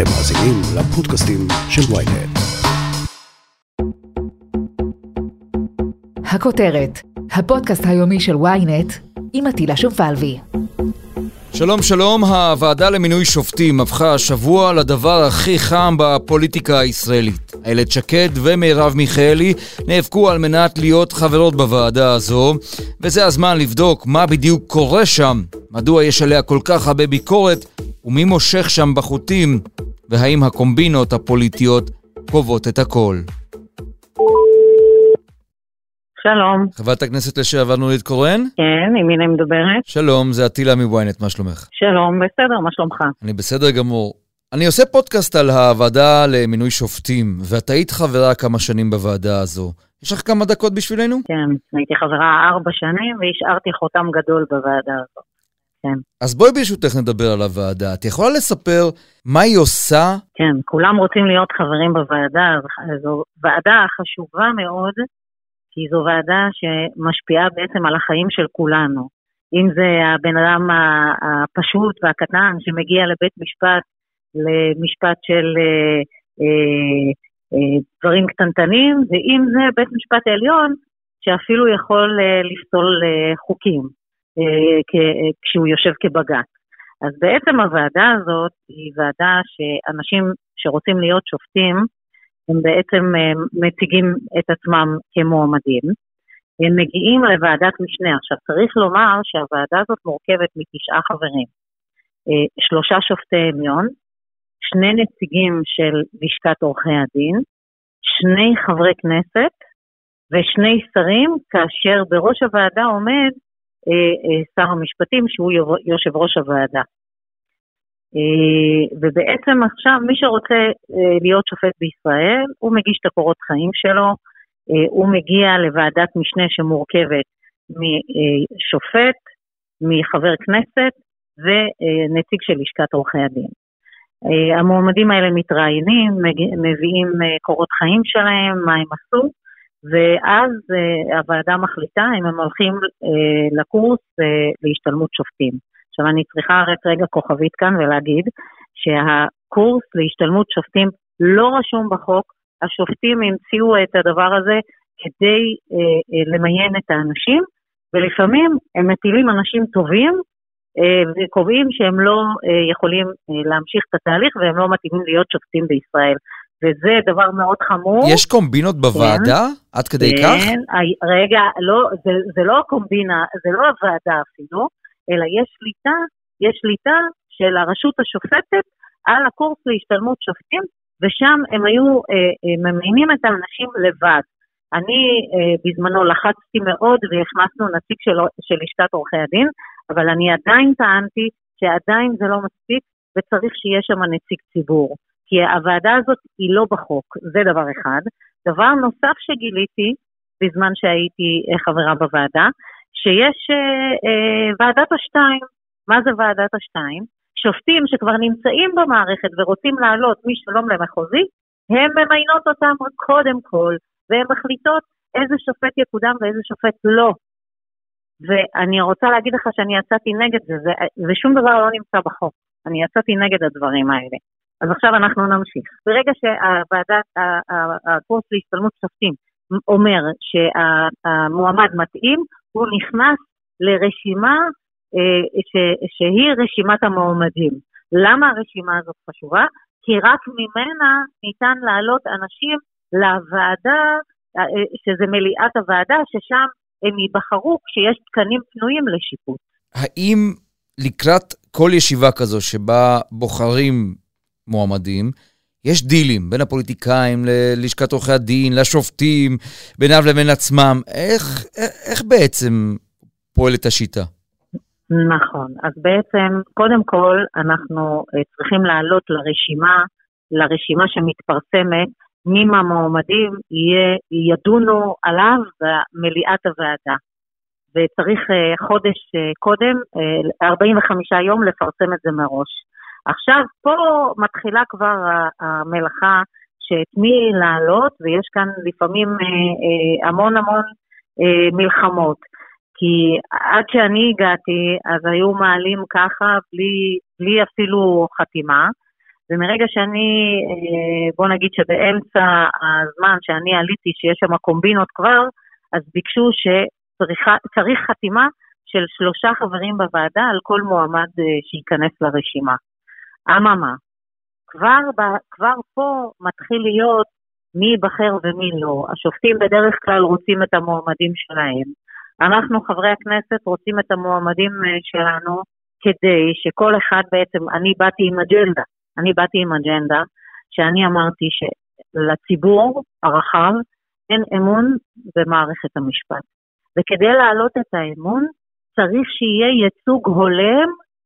אתם מאזינים לפודקאסטים של ynet. הכותרת, הפודקאסט היומי של ynet עם עטילה שומפלבי. שלום שלום, הוועדה למינוי שופטים הפכה השבוע לדבר הכי חם בפוליטיקה הישראלית. איילת שקד ומרב מיכאלי נאבקו על מנת להיות חברות בוועדה הזו, וזה הזמן לבדוק מה בדיוק קורה שם, מדוע יש עליה כל כך הרבה ביקורת, ומי מושך שם בחוטים, והאם הקומבינות הפוליטיות קובעות את הכל. שלום. חברת הכנסת לשעבר נורית קורן? כן, עם מי אני מדברת? שלום, זה עטילה מוויינט, מה שלומך? שלום, בסדר, מה שלומך? אני בסדר גמור. אני עושה פודקאסט על הוועדה למינוי שופטים, ואת היית חברה כמה שנים בוועדה הזו. יש לך כמה דקות בשבילנו? כן, הייתי חברה 4 שנים, והשארתי חותם גדול בוועדה הזו. כן. אז בואי ברשותך נדבר על הוועדה. את יכולה לספר מה היא עושה? כן, כולם רוצים להיות חברים בוועדה, זו ועדה חשובה מאוד, כי זו ועדה שמשפיעה בעצם על החיים של כולנו. אם זה הבן אדם הפשוט והקטן שמגיע לבית משפט, למשפט של דברים קטנטנים, ואם זה בית משפט עליון, שאפילו יכול לפסול חוקים, כשהוא יושב כבג"ץ. אז בעצם הוועדה הזאת היא ועדה שאנשים שרוצים להיות שופטים, הם בעצם מציגים את עצמם כמועמדים, הם מגיעים לוועדת משנה. עכשיו צריך לומר שהוועדה הזאת מורכבת מ9 חברים, 3 שופטי עליון, 2 נציגים של לשכת עורכי הדין, 2 חברי כנסת ו2 שרים, כאשר בראש הוועדה עומד שר המשפטים שהוא יושב ראש הוועדה. ובעצם עכשיו מי שרוצה להיות שופט בישראל, הוא מגיש את הקורות חיים שלו, הוא מגיע לוועדת משנה שמורכבת משופט, מחבר כנסת ונציג של לשכת עורכי הדין. המועמדים האלה מתראיינים, מביאים קורות חיים שלהם, מה הם עשו, ואז הוועדה מחליטה אם הם הולכים לקורס להשתלמות שופטים. עכשיו אני צריכה רגע כוכבית כאן ולהגיד שהקורס להשתלמות שופטים לא רשום בחוק, השופטים המציאו את הדבר הזה כדי למיין את האנשים, ולפעמים הם מטילים אנשים טובים וקובעים שהם לא יכולים להמשיך את התהליך והם לא מתאימים להיות שופטים בישראל. וזה דבר מאוד חמור. יש קומבינות בוועדה? כן, עד כדי כך? כן, רגע, לא, זה לא קומבינה, זה לא הוועדה אפילו, אלא יש שליטה של הרשות השופטת על הקורס להשתלמות שופטים, ושם הם היו ממיינים את האנשים לבד. אני בזמנו לחצתי מאוד והכנסנו נציג של לשכת עורכי הדין, אבל אני עדיין טענתי שעדיין זה לא מספיק, וצריך שיהיה שם נציג ציבור. כי הוועדה הזאת היא לא בחוק, זה דבר אחד. דבר נוסף שגיליתי בזמן שהייתי חברה בוועדה, שיש ועדת השתיים. מה זה ועדת השתיים? שופטים שכבר נמצאים במערכת ורוצים לעלות משלום למחוזי, הם ממיינות אותם קודם כל, והן מחליטות איזה שופט יקודם ואיזה שופט לא. ואני רוצה להגיד לך שאני יצאתי נגד זה, ושום דבר לא נמצא בחוק. אני יצאתי נגד הדברים האלה. אז עכשיו אנחנו נמשיך. ברגע שהוועדת, הקורס להשתלמות שופטים אומר שהמועמד מתאים, הוא נכנס לרשימה שהיא רשימת המועמדים. למה הרשימה הזאת חשובה? כי רק ממנה ניתן לעלות אנשים לוועדה, שזה מליאת הוועדה, ששם הם ייבחרו כשיש תקנים פנויים לשיפוט. האם לקראת כל ישיבה כזו שבה בוחרים מועמדים, יש דילים בין הפוליטיקאים ללשכת עורכי הדין, לשופטים, בינם לבין עצמם. איך בעצם פועלת השיטה? נכון. אז בעצם, קודם כל, אנחנו צריכים לעלות לרשימה שמתפרסמת, מי מהמועמדים ידונו עליו במליאת הוועדה. וצריך חודש קודם, 45 יום לפרסם את זה מראש. עכשיו פה מתחילה כבר המלאכה שאת מי לעלות, ויש כאן לפעמים המון מלחמות. כי עד שאני הגעתי, אז היו מעלים ככה בלי אפילו חתימה, ומרגע שאני, בוא נגיד שבאמצע הזמן שאני עליתי שיש שם קומבינות כבר, אז ביקשו שצריך חתימה של 3 חברים בוועדה על כל מועמד שייכנס לרשימה. אממה, כבר פה מתחיל להיות מי ייבחר ומי לא. השופטים בדרך כלל רוצים את המועמדים שלהם. אנחנו חברי הכנסת רוצים את המועמדים שלנו כדי שכל אחד בעצם, אני באתי עם אג'נדה שאני אמרתי שלציבור הרחב אין אמון במערכת המשפט. וכדי להעלות את האמון צריך שיהיה ייצוג הולם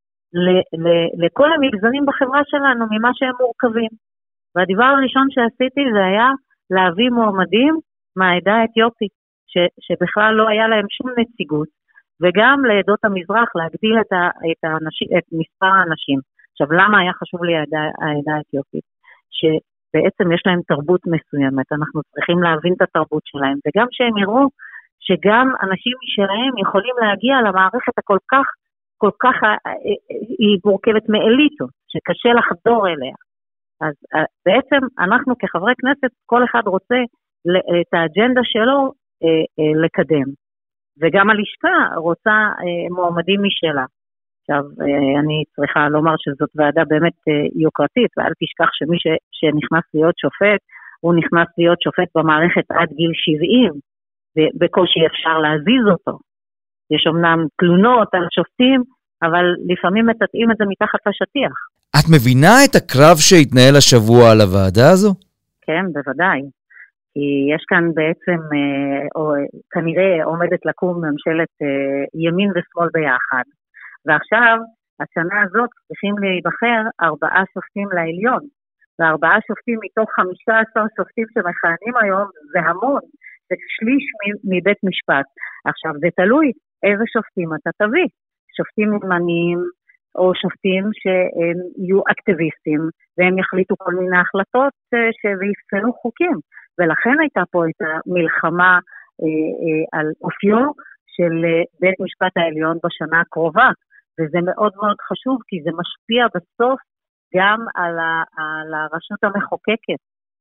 לכל המגזרים בחברה שלנו ממה שהם מורכבים. והדבר הראשון שעשיתי זה היה להביא מועמדים מהעדה האתיופית, שבכלל לא היה להם שום נציגות, וגם לעדות המזרח להגדיל את מספר האנשים. עכשיו, למה היה חשוב לי העדה האתיופית? שבעצם יש להם תרבות מסוימת, אנחנו צריכים להבין את התרבות שלהם, וגם שהם יראו שגם אנשים שלהם יכולים להגיע למערכת כל כך היא מורכבת מאליטות, שקשה לחדור אליה. אז בעצם אנחנו כחברי כנסת, כל אחד רוצה את האג'נדה שלו לקדם. וגם הלשכה רוצה מועמדים משלה. עכשיו, אני צריכה לומר שזאת ועדה באמת יוקרתית, ואל תשכח שמי שנכנס להיות שופט, הוא נכנס להיות שופט במערכת עד גיל 70, ובקושי אפשר להזיז אותו. יש אמנם תלונות על שופטים, אבל לפעמים מטאטאים את זה מתחת לשטיח. את מבינה את הקרב שהתנהל השבוע על הוועדה הזו? כן, בוודאי. כי יש כאן בעצם, כנראה עומדת לקום ממשלת ימין ושמאל ביחד. ועכשיו, השנה הזאת צריכים להיבחר 4 שופטים לעליון. ו4 שופטים מתוך 15 שופטים שמכהנים היום, זה המון. זה שליש מבית משפט. עכשיו, זה תלוי איזה שופטים אתה תביא. שופטים ימניים, או שופטים שהם יהיו אקטיביסטים, והם יחליטו כל מיני החלטות ויפסלו חוקים. ולכן הייתה פה את המלחמה על אופיו של בית משפט העליון בשנה הקרובה. וזה מאוד מאוד חשוב, כי זה משפיע בסוף גם על הרשות המחוקקת.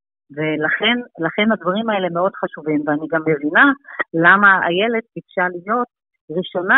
ולכן הדברים האלה מאוד חשובים, ואני גם מבינה למה איילת ביקשה להיות ראשונה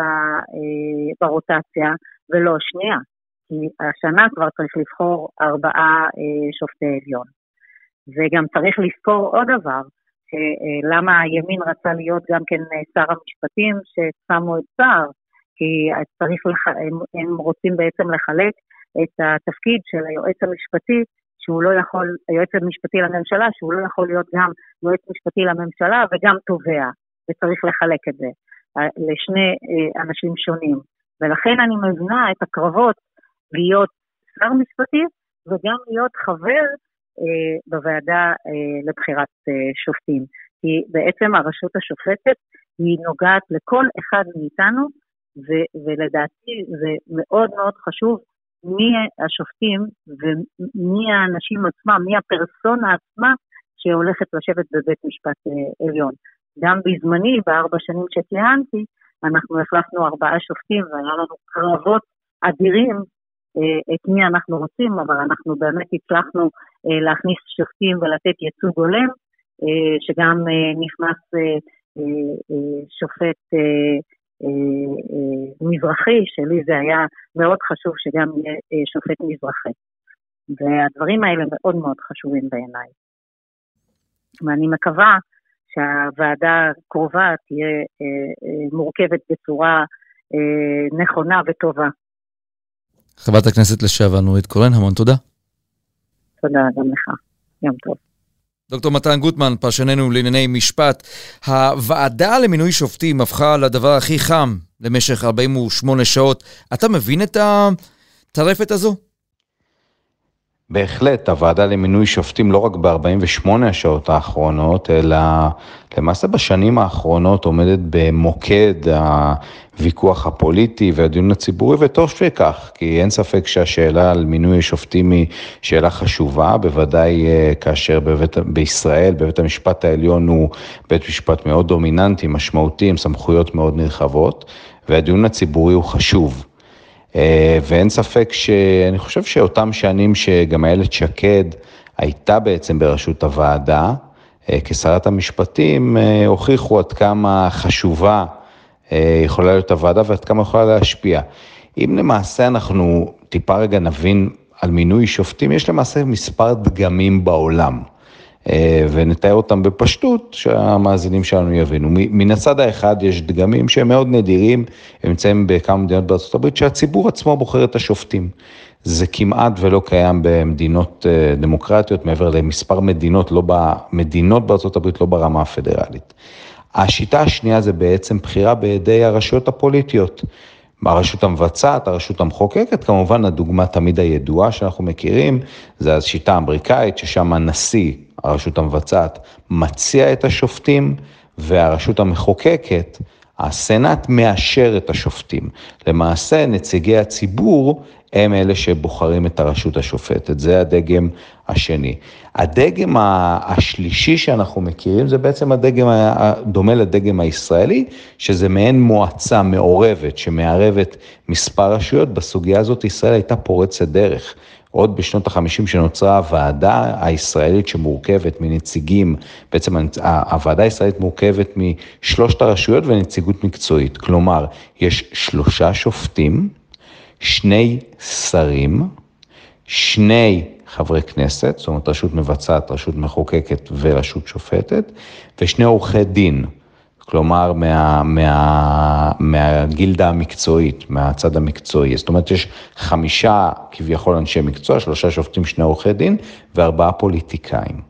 ברוטציה ולא שנייה, כי השנה כבר צריך לבחור 4 שופטי עליון. וגם צריך לזכור עוד דבר, למה הימין רצה להיות גם כן שר המשפטים ששמו את שר, כי הם רוצים בעצם לחלק את התפקיד של היועץ המשפטי, שהוא לא יכול, היועץ המשפטי לממשלה, שהוא לא יכול להיות גם יועץ משפטי לממשלה וגם תובע, וצריך לחלק את זה לשני אנשים שונים. ולכן אני מבינה את הקרבות להיות שר משפטי וגם להיות חבר בוועדה לבחירת שופטים. כי בעצם הרשות השופטת היא נוגעת לכל אחד מאיתנו, ולדעתי זה מאוד מאוד חשוב מי השופטים ומי האנשים עצמם, מי הפרסונה עצמה שהולכת לשבת בבית משפט עליון. גם בזמני, ב4 שנים שכיהנתי, אנחנו החלפנו 4 שופטים, והיה לנו קרבות אדירים את מי אנחנו רוצים, אבל אנחנו באמת הצלחנו להכניס שופטים ולתת ייצוג הולם, שגם נכנס שופט מזרחי, שלי זה היה מאוד חשוב שגם יהיה שופט מזרחי. והדברים האלה מאוד מאוד חשובים בעיניי. ואני מקווה שהוועדה הקרובה תהיה מורכבת בצורה נכונה וטובה. חברת הכנסת לשעבר נורית קורן, המון תודה. תודה גם לך. יום טוב. דוקטור מתן גוטמן, פרשננו לענייני משפט, הוועדה למינוי שופטים הפכה לדבר הכי חם למשך 48 שעות. אתה מבין את הטרפת הזו? בהחלט, הוועדה למינוי שופטים לא רק ב-48 השעות האחרונות, אלא למעשה בשנים האחרונות עומדת במוקד הוויכוח הפוליטי והדיון הציבורי, וטוב שכך, כי אין ספק שהשאלה על מינוי שופטים היא שאלה חשובה, בוודאי כאשר בישראל, בבית המשפט העליון הוא בית משפט מאוד דומיננטי, משמעותי, עם סמכויות מאוד נרחבות, והדיון הציבורי הוא חשוב. ואין ספק שאני חושב שאותם שנים שגם איילת שקד הייתה בעצם בראשות הוועדה, כשרת המשפטים, הוכיחו עד כמה חשובה יכולה להיות הוועדה ועד כמה יכולה להשפיע. אם למעשה אנחנו טיפה רגע נבין על מינוי שופטים, יש למעשה מספר דגמים בעולם, ונתאר אותם בפשטות שהמאזינים שלנו יבינו. מן הצד האחד יש דגמים שהם מאוד נדירים, הם נמצאים בכמה מדינות בארצות הברית, שהציבור עצמו בוחר את השופטים. זה כמעט ולא קיים במדינות דמוקרטיות, מעבר למספר מדינות, מדינות בארצות הברית לא ברמה הפדרלית. השיטה השנייה זה בעצם בחירה בידי הרשויות הפוליטיות. הרשות המבצעת, הרשות המחוקקת, כמובן הדוגמה תמיד הידועה שאנחנו מכירים, זה השיטה האמריקאית, ששם הנשיא, הרשות המבצעת, מציע את השופטים, והרשות המחוקקת, הסנאט מאשר את השופטים. למעשה, נציגי הציבור הם אלה שבוחרים את הרשות השופטת, זה הדגם השני. הדגם השלישי שאנחנו מכירים, זה בעצם הדגם הדומה לדגם הישראלי, שזה מעין מועצה מעורבת, שמערבת מספר רשויות. בסוגיה הזאת ישראל הייתה פורצת דרך. עוד בשנות ה-50 שנוצרה הוועדה הישראלית שמורכבת מנציגים, בעצם הוועדה הישראלית מורכבת משלושת הרשויות ונציגות מקצועית. כלומר, יש 3 שופטים, 2 שרים, 2 חברי כנסת, זאת אומרת רשות מבצעת, רשות מחוקקת ורשות שופטת, ו2 עורכי דין, כלומר מהגילדה המקצועית, מהצד המקצועי. זאת אומרת יש 5 כביכול אנשי מקצוע, 3 שופטים, 2 עורכי דין ו4 פוליטיקאים.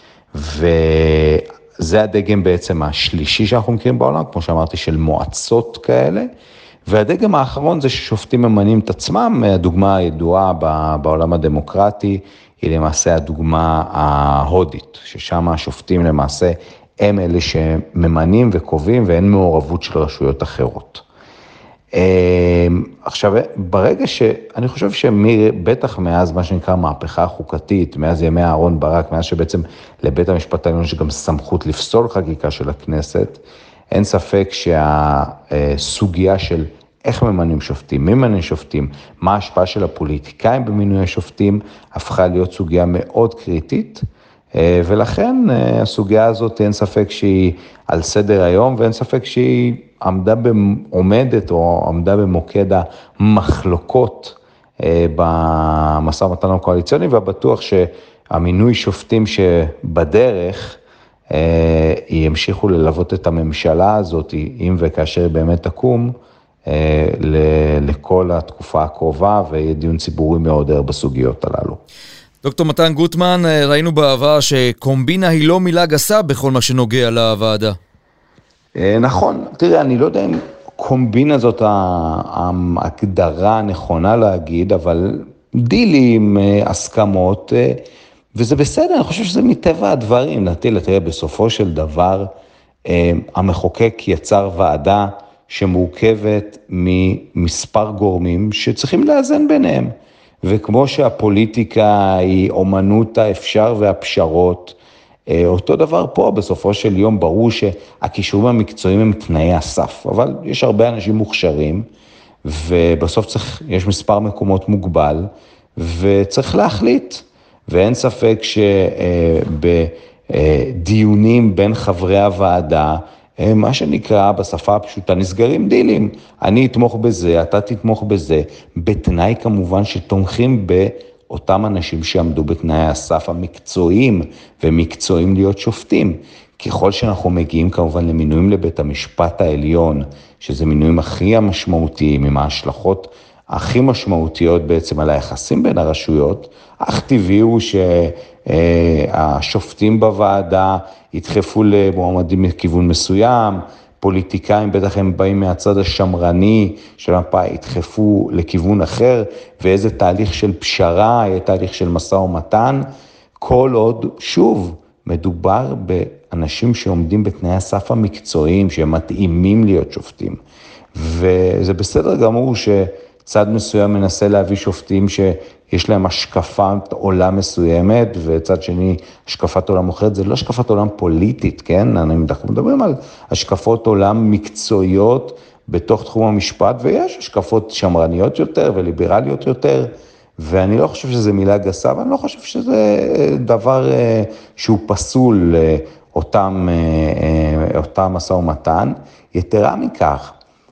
וזה הדגם בעצם השלישי שאנחנו מכירים בעולם, כמו שאמרתי, של מועצות כאלה. והדגם האחרון זה ששופטים ממנים את עצמם. הדוגמה הידועה בעולם הדמוקרטי היא למעשה הדוגמה ההודית, ששם השופטים למעשה הם אלה שממנים וקובעים ואין מעורבות של רשויות אחרות. עכשיו, ברגע שאני חושב שבטח מאז מה שנקרא מהפכה חוקתית, מאז ימי אהרן ברק, מאז שבעצם לבית המשפט העליון יש גם סמכות לפסול חקיקה של הכנסת, אין ספק שהסוגיה של איך ממנים שופטים, מי ממנים שופטים, מה ההשפעה של הפוליטיקאים במינוי השופטים, הפכה להיות סוגיה מאוד קריטית, ולכן הסוגיה הזאת אין ספק שהיא על סדר היום, ואין ספק שהיא עומדת או עמדה במוקד המחלוקות במשא ומתן הקואליציוני, ובטוח שהמינוי שופטים שבדרך ימשיכו ללוות את הממשלה הזאת, אם וכאשר באמת תקום, לכל התקופה הקרובה, ויהיה דיון ציבורי מאוד ער בסוגיות הללו. דוקטור מתן גוטמן, ראינו בעבר שקומבינה היא לא מילה גסה בכל מה שנוגע לוועדה. נכון, תראה, אני לא יודע אם קומבינה זאת ההגדרה הנכונה להגיד, אבל דילים, הסכמות, וזה בסדר, אני חושב שזה מטבע הדברים. תראה, בסופו של דבר, המחוקק יצר ועדה שמורכבת ממספר גורמים שצריכים לאזן ביניהם. וכמו שהפוליטיקה היא אומנות האפשר והפשרות, אותו דבר פה, בסופו של יום ברור שהכישורים המקצועיים הם תנאי הסף, אבל יש הרבה אנשים מוכשרים, ובסוף יש מספר מקומות מוגבל, וצריך להחליט. ואין ספק שבדיונים בין חברי הוועדה, מה שנקרא בשפה הפשוטה, נסגרים דילים. אני אתמוך בזה, אתה תתמוך בזה, בתנאי כמובן שתומכים באותם אנשים שעמדו בתנאי הסף המקצועיים, ומקצועיים להיות שופטים. ככל שאנחנו מגיעים כמובן למינויים לבית המשפט העליון, שזה מינויים הכי המשמעותיים, עם ההשלכות הכי משמעותיות בעצם על היחסים בין הרשויות, אך טבעי הוא שהשופטים בוועדה ידחפו למועמדים מכיוון מסוים, פוליטיקאים בטח הם באים מהצד השמרני של המפה, ידחפו לכיוון אחר, ואיזה תהליך של פשרה, יהיה תהליך של משא ומתן, כל עוד, שוב, מדובר באנשים שעומדים בתנאי הסף המקצועיים, שהם מתאימים להיות שופטים, וזה בסדר גמור צד מסוים מנסה להביא שופטים שיש להם השקפת עולם מסוימת, וצד שני השקפת עולם אחרת, זה לא השקפת עולם פוליטית, כן? אנחנו מדברים על השקפות עולם מקצועיות, בתוך תחום המשפט, ויש השקפות שמרניות יותר וליברליות יותר, ואני לא חושב שזה מילה גסה, ואני לא חושב שזה דבר שהוא פסול אותם משא ומתן. יתרה מכך,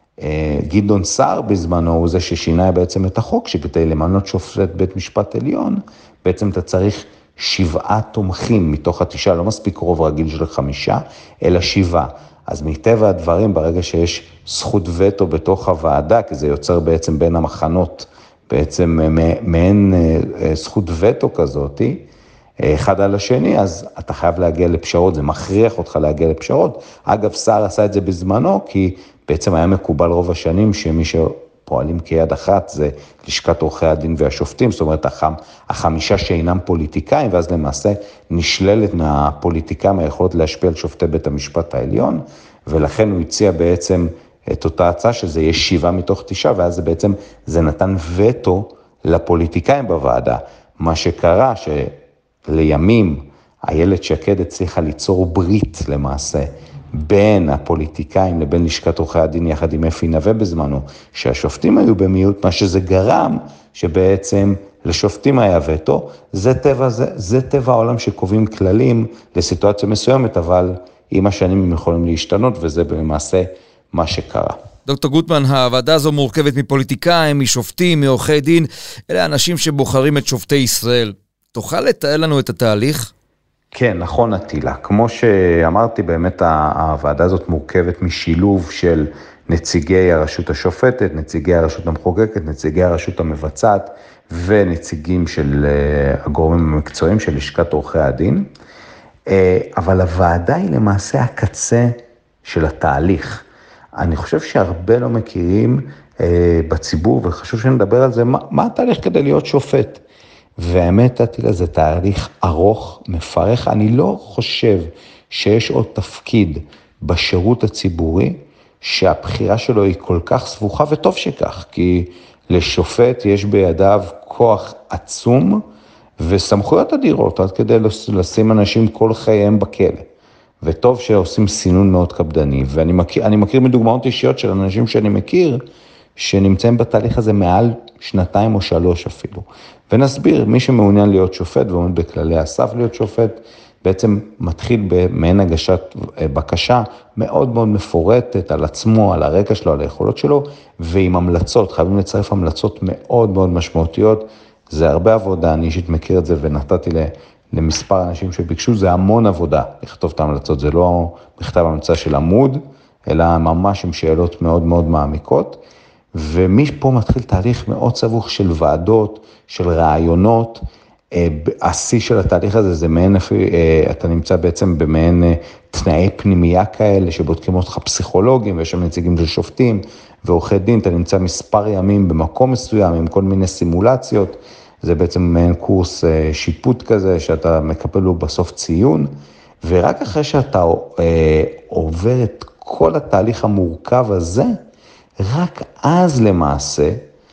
גדעון סער בזמנו הוא זה ששינה בעצם את החוק, שכדי למנות שופט בית משפט עליון, בעצם אתה צריך 7 תומכים מתוך 9, לא מספיק רוב רגיל של 5, אלא 7. אז מטבע הדברים, ברגע שיש זכות וטו בתוך הוועדה, כי זה יוצר בעצם בין המחנות, בעצם מעין זכות וטו כזאת, אחד על השני, אז אתה חייב להגיע לפשרות, זה מכריח אותך להגיע לפשרות. אגב, סער עשה את זה בזמנו, כי בעצם היה מקובל רוב השנים שמי שפועלים כיד אחת זה לשכת עורכי הדין והשופטים, זאת אומרת, 5 שאינם פוליטיקאים, ואז למעשה נשללת מהפוליטיקאים היכולת להשפיע על שופטי בית המשפט העליון, ולכן הוא הציע בעצם את אותה הצעה שזה יהיה 7 מתוך 9, ואז זה בעצם, זה נתן וטו לפוליטיקאים בוועדה. מה שקרה שלימים איילת שקד הצליחה ליצור ברית למעשה, בין הפוליטיקאים לבין לשכת עורכי הדין יחד עם אפי נווה בזמנו, שהשופטים היו במיעוט, מה שזה גרם שבעצם לשופטים היה וטו, זה טבע העולם שקובעים כללים לסיטואציה מסוימת, אבל עם השנים הם יכולים להשתנות, וזה במעשה מה שקרה. דוקטור גוטמן, הוועדה הזו מורכבת מפוליטיקאים, משופטים, מעורכי דין, אלה האנשים שבוחרים את שופטי ישראל. תוכל לתאר לנו את התהליך? כן, נכון עטילה. כמו שאמרתי, באמת הוועדה הזאת מורכבת משילוב של נציגי הרשות השופטת, נציגי הרשות המחוקקת, נציגי הרשות המבצעת, ונציגים של הגורמים המקצועיים של לשכת עורכי הדין. אבל הוועדה היא למעשה הקצה של התהליך. אני חושב שהרבה לא מכירים בציבור, וחשוב שנדבר על זה, מה התהליך כדי להיות שופט? והאמת, עטילה, זה תהליך ארוך, מפרך. אני לא חושב שיש עוד תפקיד בשירות הציבורי, שהבחירה שלו היא כל כך סבוכה, וטוב שכך, כי לשופט יש בידיו כוח עצום, וסמכויות אדירות, עד כדי לשים אנשים כל חייהם בכלא. וטוב שעושים סינון מאוד קפדני, ואני מכיר מדוגמאות אישיות של אנשים שאני מכיר, שנמצאים בתהליך הזה מעל 2 או 3 אפילו. ונסביר, מי שמעוניין להיות שופט ועומד בכללי הסף להיות שופט, בעצם מתחיל במעין הגשת בקשה מאוד מאוד מפורטת על עצמו, על הרקע שלו, על היכולות שלו, ועם המלצות, חייבים לצרף המלצות מאוד מאוד משמעותיות. זה הרבה עבודה, אני אישית מכיר את זה ונתתי למספר אנשים שביקשו, זה המון עבודה לכתוב את ההמלצות, זה לא מכתב המלצה של עמוד, אלא ממש עם שאלות מאוד מאוד מעמיקות, ומפה מתחיל תהליך מאוד סבוך של ועדות, של רעיונות. השיא של התהליך הזה זה מעין, אתה נמצא בעצם במעין תנאי פנימייה כאלה, שבודקים אותך פסיכולוגים, ויש שם נציגים של שופטים ועורכי דין, אתה נמצא מספר ימים במקום מסוים, עם כל מיני סימולציות, זה בעצם מעין קורס שיפוט כזה, שאתה מקבל לו בסוף ציון, ורק אחרי שאתה עובר את כל התהליך המורכב הזה, רק אז למעשה,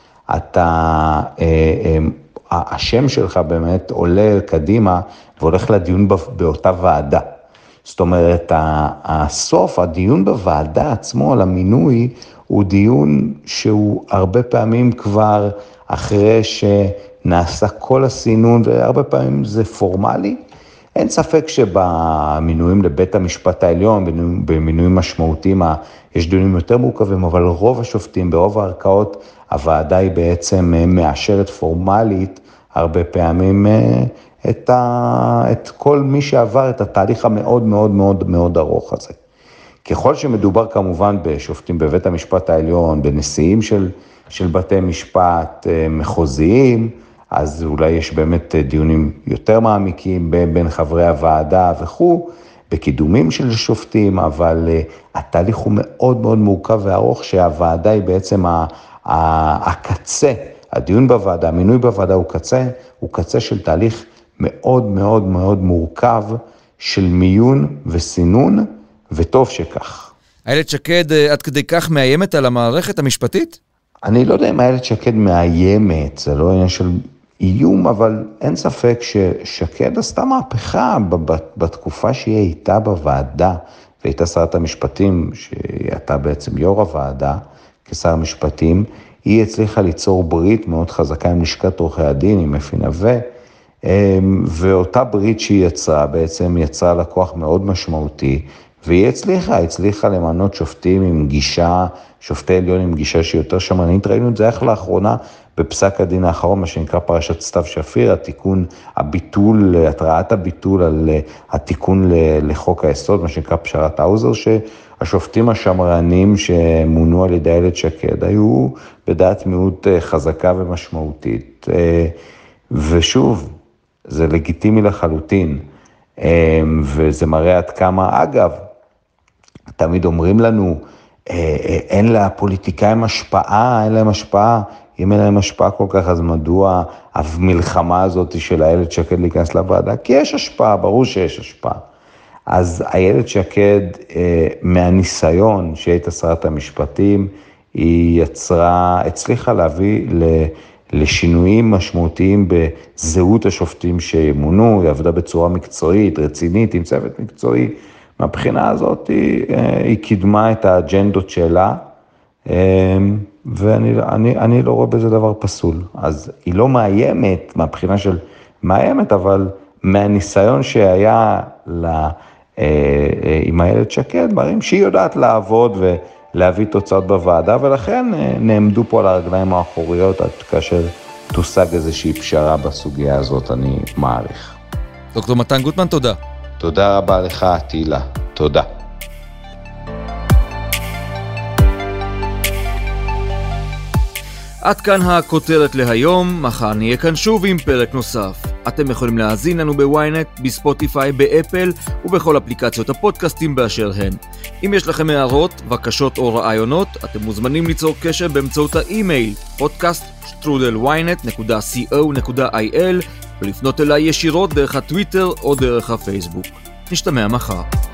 השם שלך באמת עולה קדימה, והולך לדיון באותה ועדה. זאת אומרת, הסוף, הדיון בוועדה עצמו על המינוי, הוא דיון שהוא הרבה פעמים כבר אחרי שנעשה כל הסינון, והרבה פעמים זה פורמלי. אין ספק שבמינויים לבית המשפט העליון, במינויים משמעותיים, יש דיונים יותר מורכבים, אבל רוב השופטים, ברוב הערכאות, הוועדה היא בעצם מאשרת פורמלית, הרבה פעמים את כל מי שעבר את התהליך המאוד מאוד מאוד מאוד ארוך הזה. ככל שמדובר כמובן בשופטים בבית המשפט העליון, בנשיאים של בתי משפט מחוזיים, אז אולי יש באמת דיונים יותר מעמיקים בין חברי הוועדה וכו', בקידומים של שופטים, אבל התהליך הוא מאוד מאוד מורכב וארוך, שהוועדה היא בעצם הקצה, הדיון בוועדה, המינוי בוועדה הוא קצה של תהליך מאוד מאוד מאוד מורכב של מיון וסינון, וטוב שכך. איילת שקד עד כדי כך מאיימת על המערכת המשפטית? אני לא יודע אם איילת שקד מאיימת, זה לא עניין של איום, אבל אין ספק ששקד עשתה מהפכה בתקופה שהיא הייתה בוועדה, והייתה שרת המשפטים, שהייתה בעצם יו"ר הוועדה, כשר המשפטים, היא הצליחה ליצור ברית מאוד חזקה עם לשכת עורכי הדין, עם אפי נווה, ואותה ברית שהיא יצרה, בעצם יצרה לקוח מאוד משמעותי, והיא הצליחה למנות שופטים עם גישה, שופטי עליון עם גישה שהיא יותר שמרנית. ראינו את זה איך לאחרונה בפסק הדין האחרון, מה שנקרא פרשת סתיו שפיר, התראת הביטול על התיקון לחוק היסוד, מה שנקרא פשרת האוזר, שהשופטים השמרנים שמונו על ידי איילת שקד היו בדעת מיעוט חזקה ומשמעותית. ושוב, זה לגיטימי לחלוטין, וזה מראה עד כמה, אגב, תמיד אומרים לנו, אין לפוליטיקאים השפעה, אין להם השפעה, אם אין להם השפעה כל כך, אז מדוע המלחמה הזאת של איילת שקד להיכנס לוועדה? כי יש השפעה, ברור שיש השפעה. אז איילת שקד, מהניסיון שהייתה שרת המשפטים, היא הצליחה להביא לשינויים משמעותיים בזהות השופטים שימונו, היא עבדה בצורה מקצועית, רצינית, עם צוות מקצועי. מהבחינה הזאת היא קידמה את האג'נדות שלה, ואני לא רואה בזה דבר פסול. אז היא לא מאיימת, מהבחינה של מאיימת, אבל מהניסיון שהיה עם איילת שקד, מראים שהיא יודעת לעבוד ולהביא תוצאות בוועדה, ולכן נעמדו פה על הרגליים האחוריות, עד כאשר תושג איזושהי פשרה בסוגיה הזאת, אני מעריך. דוקטור מתן גוטמן, תודה. תודה רבה לך, תהילה. תודה. עד כאן הכותרת להיום, מחר נהיה כאן שוב עם פרק נוסף. אתם יכולים להאזין לנו בוויינט, בספוטיפיי, באפל ובכל אפליקציות הפודקאסטים באשר הן. אם יש לכם הערות, בקשות או רעיונות, אתם מוזמנים ליצור קשר באמצעות האימייל podcast@ynet.co.il ולפנות אליי ישירות דרך הטוויטר או דרך הפייסבוק. נשתמע מחר.